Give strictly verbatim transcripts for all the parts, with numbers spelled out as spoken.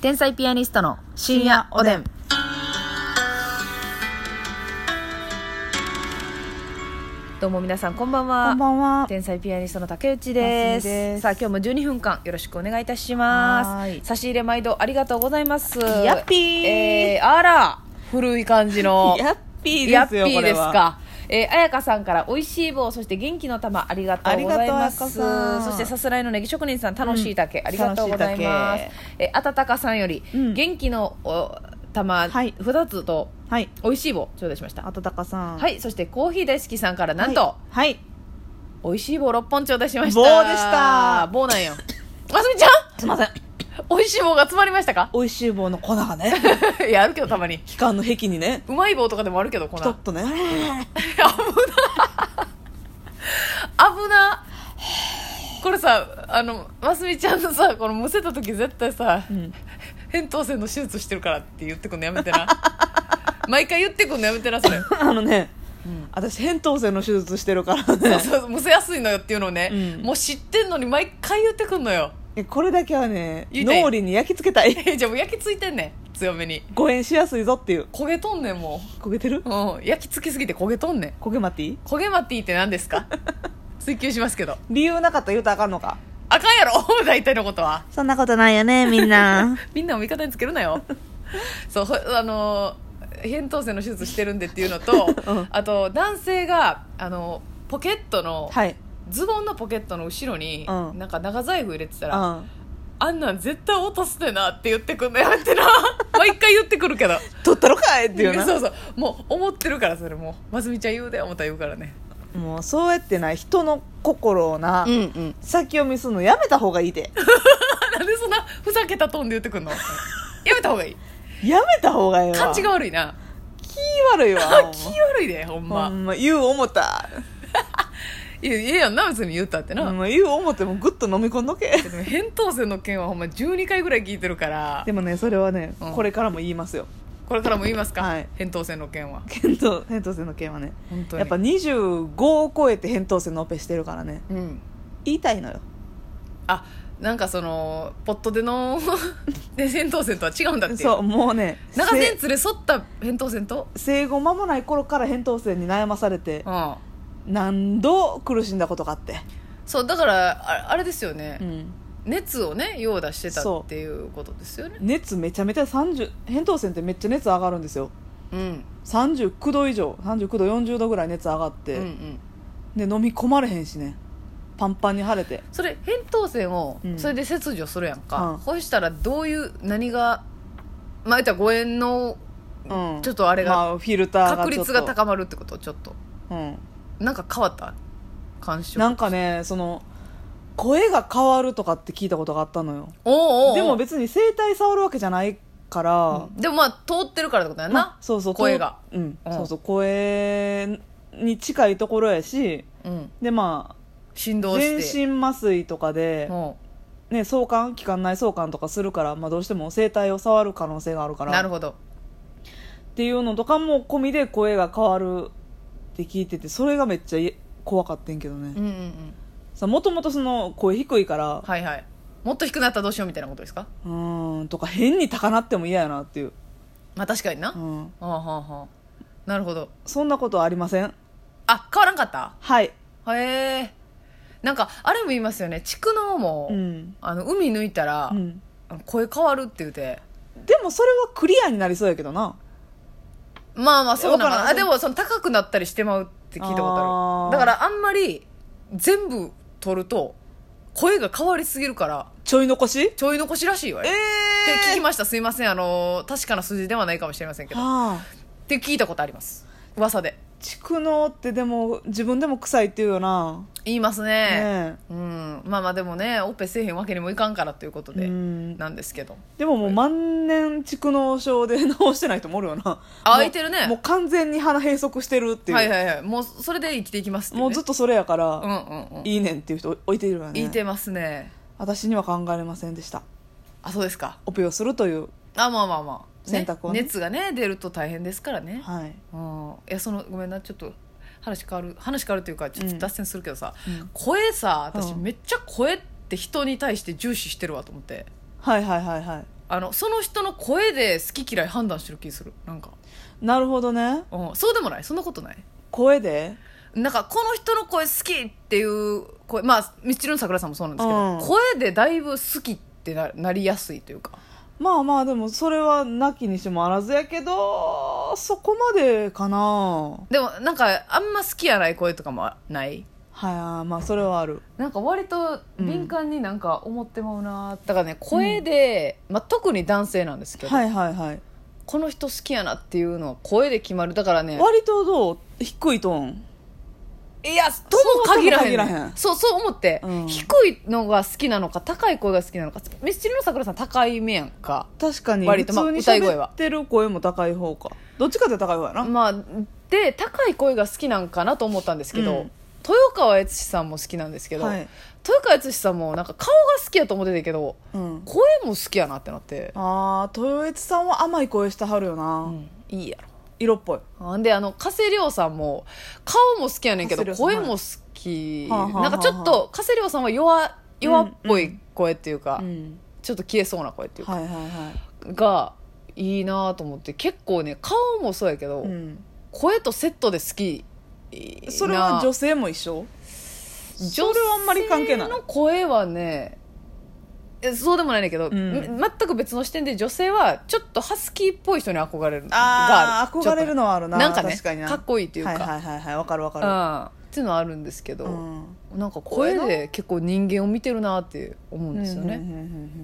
天才ピアニストの深夜おでん。どうも皆さんこんばんは。 こんばんは。 天才ピアニストの竹内です。 ですさあ今日もじゅうにふんかんよろしくお願いいたします。 はい。 差し入れ毎度ありがとうございます。 やっぴー。 えー、あら古い感じのやっぴーですよ。 やっぴーですこれはか。えー、あやかさんからおいしい棒、そして元気の玉ありがとうございます。 ありがとうあやかさん。 そしてさすらいのネギ職人さん楽しい竹、うん、ありがとうございます。えー、あたたかさんより、うん、元気のお玉ふたつと、はい、おいしい棒頂戴しました。 あたたかさん。 はい。そしてコーヒー大好きさんからなんと、 はい、はい、 おいしい棒ろっぽん頂戴しました。 棒でした。 棒なんよ。ますみちゃんすいません。 おいしい棒が詰まりましたか？ おいしい棒の粉がねいやあるけどたまに期間の壁にね、 うまい棒とかでもあるけど粉ちょっとね危な危な。これさ、あのますみちゃんのさ、このむせた時絶対さ、うん、扁桃腺の手術してるからって言ってくんのやめてな毎回言ってくんのやめてなそれあのね、うん、私扁桃腺の手術してるからね、 そうそう、むせやすいのよっていうのをね、うん、もう知ってんのに毎回言ってくんのよ。 これだけはね脳裏に焼き付けたいじゃあもう焼き付いてんねん、強めに誤嚥しやすいぞっていう。 焦げとんねん、もう焦げてる、 うん、焼き付きすぎて焦げとんねん。 焦げマティ焦げマティって何ですか追求しますけど。 理由なかったら言うとあかんのか。 あかんやろ大体のことは。 そんなことないよねみんなみんなを味方につけるなよそう、あの扁桃腺の手術してるんでっていうのと、うん、あと男性があのポケットの、はい、ズボンのポケットの後ろに、うん、なんか長財布入れてたら、うん、あんなん絶対落とすでなって言ってくんのやめてな毎回言ってくるけど取ったろかいっていうなそうそう、もう思ってるから、それもうますみちゃん言うで思ったら言うからね。 もうそうやってな人の心をな、うんうん、先読みするのやめた方がいいでなんでそんなふざけたトーンで言ってくんのやめた方がいいやめた方がいいわ。 感じが悪いな。 気悪いわ気悪いでほんま、 ほんま言う思ったいや、いややんな別に言ったってな、 うん、言う思ってもグッと飲み込んどけ。 でも扁桃腺の件はほんまじゅうにかいぐらい聞いてるから。 でもねそれはね、うん、これからも言いますよ。 これからも言いますか、 はい、 扁桃腺の件は。 扁桃扁桃腺の件はね、やっぱにじゅうごを超えて扁桃腺のオペしてるからね、うん、言いたいのよ。 あ、なんかそのポットでの扁桃腺とは違うんだっていう。 そう、もうね長線連れ沿った扁桃腺と生後間もない頃から扁桃腺に悩まされて、うん、何度苦しんだことがあって。 そうだからあ れ, あれですよね、うん、熱をね用出してたっていうことですよね。 熱めちゃめちゃさんじゅう扁桃腺ってめっちゃ熱上がるんですよ、うん、さんじゅうきゅうど以上さんじゅうきゅうどよんじゅうどぐらい熱上がって、うんうん、で飲み込まれへんしね、パンパンに腫れて。 それ扁桃腺をそれで切除するやんか、うん、そしたらどういう何がまあ言ったら誤嚥のちょっとあれが、まあ、フィルターが確率が高まるってこと。ちょっと、うん、なんか変わった感触。 なんかねその声が変わるとかって聞いたことがあったのよ。 おうおうおう。 でも別に声帯触るわけじゃないから、 うん、でもまあ通ってるからってことやな、まあ、 そうそう声が、 うん、そうそう声に近いところやし、うん、でまあ振動して全身麻酔とかで、ね、相関気管内相関とかするから、まあ、どうしても声帯を触る可能性があるから。 なるほど。 っていうのとかも込みで声が変わるって聞いてて、それがめっちゃ怖かったんけどね。うんうんうん。もともとその声低いから、 はいはい、もっと低くなったらどうしようみたいなことですか。 うーんとか変に高なっても嫌やなっていう。 まあ確かにな、うん、はあはあはあ、なるほど。 そんなことはありません。 あ、変わらんかった。 はい。 へえ。なんかあれも言いますよね、蓄膿も、うん、あの海抜いたら、うん、声変わるって言うて。 でもそれはクリアになりそうやけどな。 まあまあそうなの。あ、でもその高くなったりしてまうって聞いたことある。だからあんまり全部取ると声が変わりすぎるから。 ちょい残しちょい残しらしいわよ、えー、って聞きました。すいません、あの確かな数字ではないかもしれませんけど、はあ、って聞いたことあります、噂で。 蓄膿ってでも自分でも臭いっていうよな。 言います ね, ね、うん、まあまあでもねオペせえへんわけにもいかんからということでなんですけど、 でももう万年蓄膿症で治してない人もおるよな。 あ、空いてるね。 もう完全に鼻閉塞してるっていう。 はいはいはい、もうそれで生きていきますっていう、ね、 もうずっとそれやから、 うんうんうん、 いいねんっていう人置いてるよね。 いてますね。 私には考えれませんでした。 あ、そうですか。 オペをするというあ、まあまあまあ、 選択を、ねね、熱がね出ると大変ですからね。 はい、 うん、いやそのごめんな、ちょっと話変わる話変わるというかちょっと脱線するけどさ、うん、声さ、私めっちゃ声って人に対して重視してるわと思って、 はいはいはいはい、 あのその人の声で好き嫌い判断してる気する。なんかなるほどね。 うん、そうでもない？そんなことない？ 声でなんかこの人の声好きっていう声、まあミスチルの桜さんもそうなんですけど、うん、声でだいぶ好きってな、なりやすいというか。 まあまあでもそれはなきにしもあらずやけどそこまでかな。 でもなんかあんま好きやない声とかもない？ はい、まあそれはある。 なんか割と敏感になんか思ってまうな、うん、だからね声で、まあ、特に男性なんですけど、 はいはいはい、 この人好きやなっていうのは声で決まる。だからね割とどう低いトーン？ いやとも限らへん、ね、 そうとも限らへん。 そうそう思って、うん、低いのが好きなのか高い声が好きなのか。ミスチルの桜さん高い目やんか。 確かに割と、まあ、 普通に喋ってる声も高い方か。どっちかって高い方やな。 まあで高い声が好きなんかなと思ったんですけど、うん、豊川悦司さんも好きなんですけど、はい、豊川悦司さんもなんか顔が好きやと思ってたけど、うん、声も好きやなってなって。 ああ豊悦さんは甘い声してはるよな、うん、 いいやろ色っぽい。 であの加瀬亮さんも顔も好きやねんけど声も好き、はい、なんかちょっと加瀬亮さんは弱弱っぽい声っていうか、うん、ちょっと消えそうな声っていうか、はいはいはい、がいいなと思って。結構ね顔もそうやけど、うん、声とセットで好き。 それは女性も一緒？ 女性の声はねそうでもないんだけど、うん、全く別の視点で女性はちょっとハスキーっぽい人に憧れるがある。憧れるのはあるな。 なんかね確かになかっこいいっていうか、 はいはいはいはい、わかるわかる、 うん、っていうのはあるんですけど、うん、なんか声で結構人間を見てるなって思うんですよね、うんうんうんうん、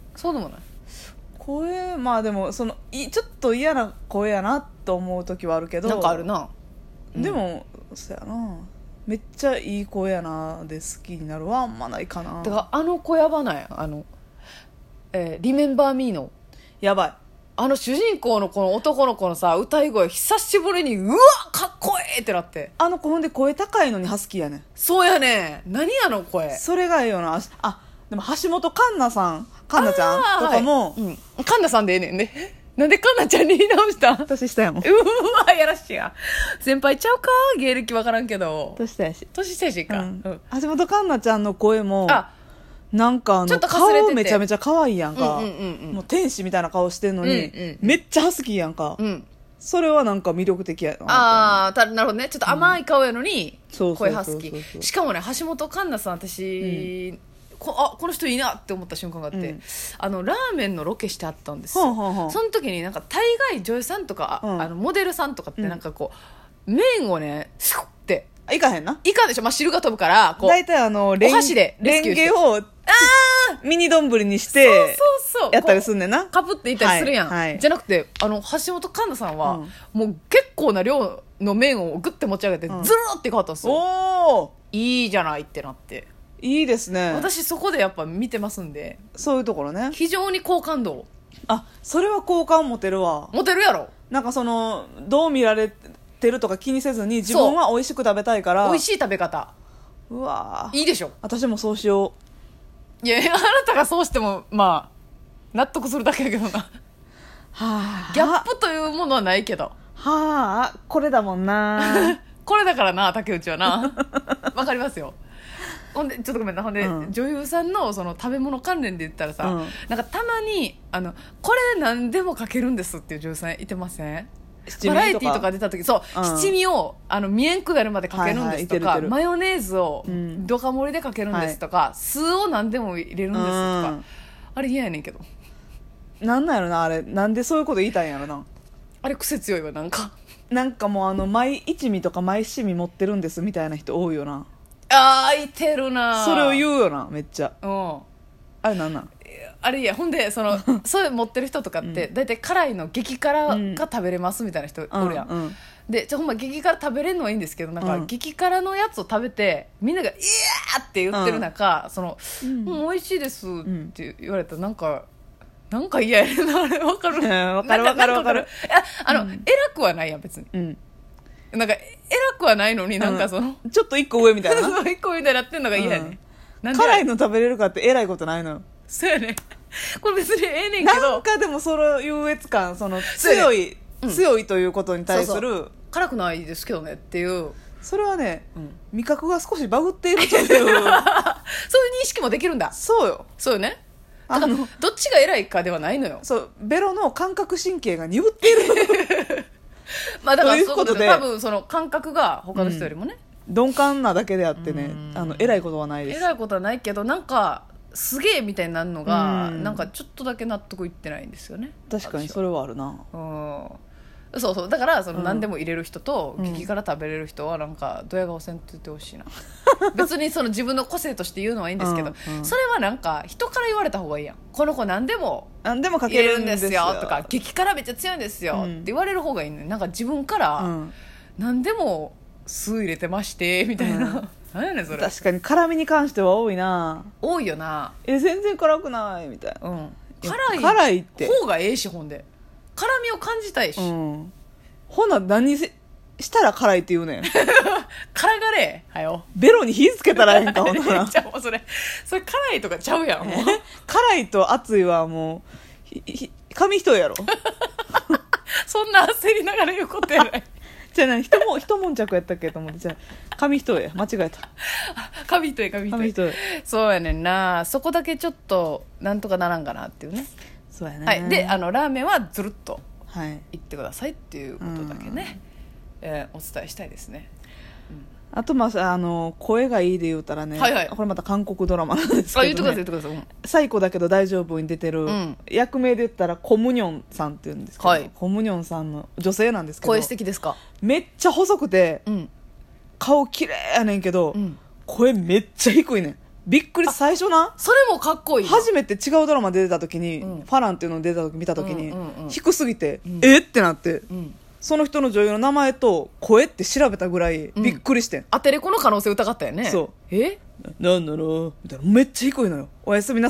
そうでもない？ 声まあでもそのいちょっと嫌な声やなと思う時はあるけど。 なんかあるな、 うん、でもそうやなめっちゃいい声やなで好きになるはあんまないかな。 だからあの子やばない？あのえー、リメンバーミーのやばいあの主人公のこの男の子のさ歌い声久しぶりにうわかっこいいってなって。 あの子ほんで声高いのにハスキーやね。 そうやね。何あの声。 それがいいよなあ。でも橋本環奈さん環奈ちゃんとかも、 はいうん、環奈さんでええねんね。なんで環奈ちゃんに言い直した？ 年下やもん。 うわやらしいや先輩ちゃうか芸歴わからんけど年下やし年下やしか、 うんうん、橋本環奈ちゃんの声もあなんかあの顔めちゃめちゃ可愛いやんか、うんうんうんうん、もう天使みたいな顔してんのに、うんうんうん、めっちゃハスキーやんか、うん、それはなんか魅力的やな。 ああなるほどね。ちょっと甘い顔やのに、うん、声ハスキー。しかもね橋本環奈さん私、うん、こあこの人いいなって思った瞬間があって、うん、あのラーメンのロケしてあったんですよ、はあはあ、その時になんか大概女優さんとか、うん、あのモデルさんとかってなんかこう、うん、麺をねスコッていかへんないかんでしょ、まあ、汁が飛ぶからこう大体あのお箸でレンゲをあミニ丼にしてそうそうそうやったりすんねんな。 かぶっていったりするやん、はいはい、じゃなくてあの橋本環奈さんは、うん、もう結構な量の麺をグッて持ち上げて、うん、ズルーって変わったんですよ。おいいじゃないってなって。 いいですね。 私そこでやっぱ見てますんで。 そういうところね非常に好感度。 あそれは好感持てるわ。 持てるやろ。 なんかそのどう見られてるとか気にせずに自分は美味しく食べたいから。 美味しい食べ方。 うわいいでしょ。 私もそうしよう。いやあなたがそうしてもまあ納得するだけやけどな。はあギャップというものはないけど。 はあこれだもんなこれだからな竹内はなわかりますよ。ほんでちょっとごめんな。ほんで、うん、女優さん の, その食べ物関連で言ったらさ、うん、なんかたまにあのこれ何でもかけるんですっていう女優さんいてません？バラエティーとか出た時そう、うん、七味をあの見えんくなるまでかけるんですとか、はいはい、マヨネーズをドカ盛りでかけるんですとか、うん、酢を何でも入れるんですとか、うん、あれ嫌やねんけど。 なんなんやろなあれ。なんでそういうこと言いたいんやろな。 あれ癖強いわ。なんかなんかもうあのマイ一味とかマイ七味持ってるんですみたいな人多いよな。 あーいてるな。 それを言うよなめっちゃ。うんあれなんなんあれいやほんでそのそういう持ってる人とかって大体、うん、辛いの激辛が食べれますみたいな人おるやん、うんうん、でちょほんま激辛食べれるのはいいんですけどなんか、うん、激辛のやつを食べてみんながイエーって言ってる中、うん、その、うん、もう美味しいですって言われたらなんかなんか嫌やねんなあれ。わかるわかるわかるわかる。 あの、うん、偉くはないやん別に、うん、なんか偉くはないのになんかその、 うん、ちょっと一個上みたいな一個上みたいになってんのが嫌やね、 うん、なんで辛いの食べれるかって偉いことないのよ。 そうやねこれ別にええねんけどなんかでもその優越感その強い、ねうん、強いということに対するそうそう辛くないですけどねっていうそれはね、うん、味覚が少しバグっているというそういう認識もできるんだ。 そうよそうよね。 だからどっちが偉いかではないのよ。 そうベロの感覚神経が鈍っているまあだからそういうことで多分その感覚が他の人よりもね、 うん、鈍感なだけであってね、あの偉いことはないです。 偉いことはないけど、なんかすげえみたいになるのが、なんかちょっとだけ納得いってないんですよね。 確かにそれはあるな。 うん、そうそう、だからその何でも入れる人と、うん、激辛食べれる人はなんかドヤ顔せんと言ってほしいな別にその自分の個性として言うのはいいんですけど、うんうん、それはなんか人から言われた方がいいやん。この子何でも何でもかけるんですよとか、激辛めっちゃ強いんですよ、うん、って言われる方がいいのに、なんか自分から、うん、何でも酢入れてましてみたいな、うん、何やねんそれ。 確かに辛みに関しては多いな。 多いよな。 え全然辛くないみたいな、うん、 辛い辛いって方がええし、ほんで辛みを感じたいし、うん、 ほな何せしたら辛いって言うねん辛がれはよ、 ベロに火つけたらええんかほんならじゃあもうそれそれ辛いとかちゃうやん。もう辛いと熱いはもう紙一重やろそんな焦りながら言うことやないじゃあ何一も一悶着やったっけと思って、じゃあ紙一重間違えた紙一重紙一重紙一重そうやねんな。そこだけちょっとなんとかならんかなっていうね。 そうやね、 はい、であのラーメンはずるっといってくださいっていうことだけね、はい、えー、お伝えしたいですね。 あと、まあ、あの声がいいで言うたらね、はいはい、これまた韓国ドラマなんですけど、ね、あ言ってください言ってください、うん、サイコだけど大丈夫に出てる、うん、役名で言ったらコムニョンさんっていうんですけど、はい、コムニョンさんの女性なんですけど、 声素敵ですか。 めっちゃ細くて、うん、顔綺麗やねんけど、うん、声めっちゃ低いねん。びっくり。最初なそれもかっこいい。 初めて違うドラマ出てた時に、うん、ファランっていうの出た時見た時に、うんうんうん、低すぎて、うん、えってなって、うん、その人の女優の名前と声って調べたぐらいびっくりしてん、うん、 アテレコの可能性疑ったよね。 そうえなんだろうみたいな、めっちゃ低いのよ。おやすみな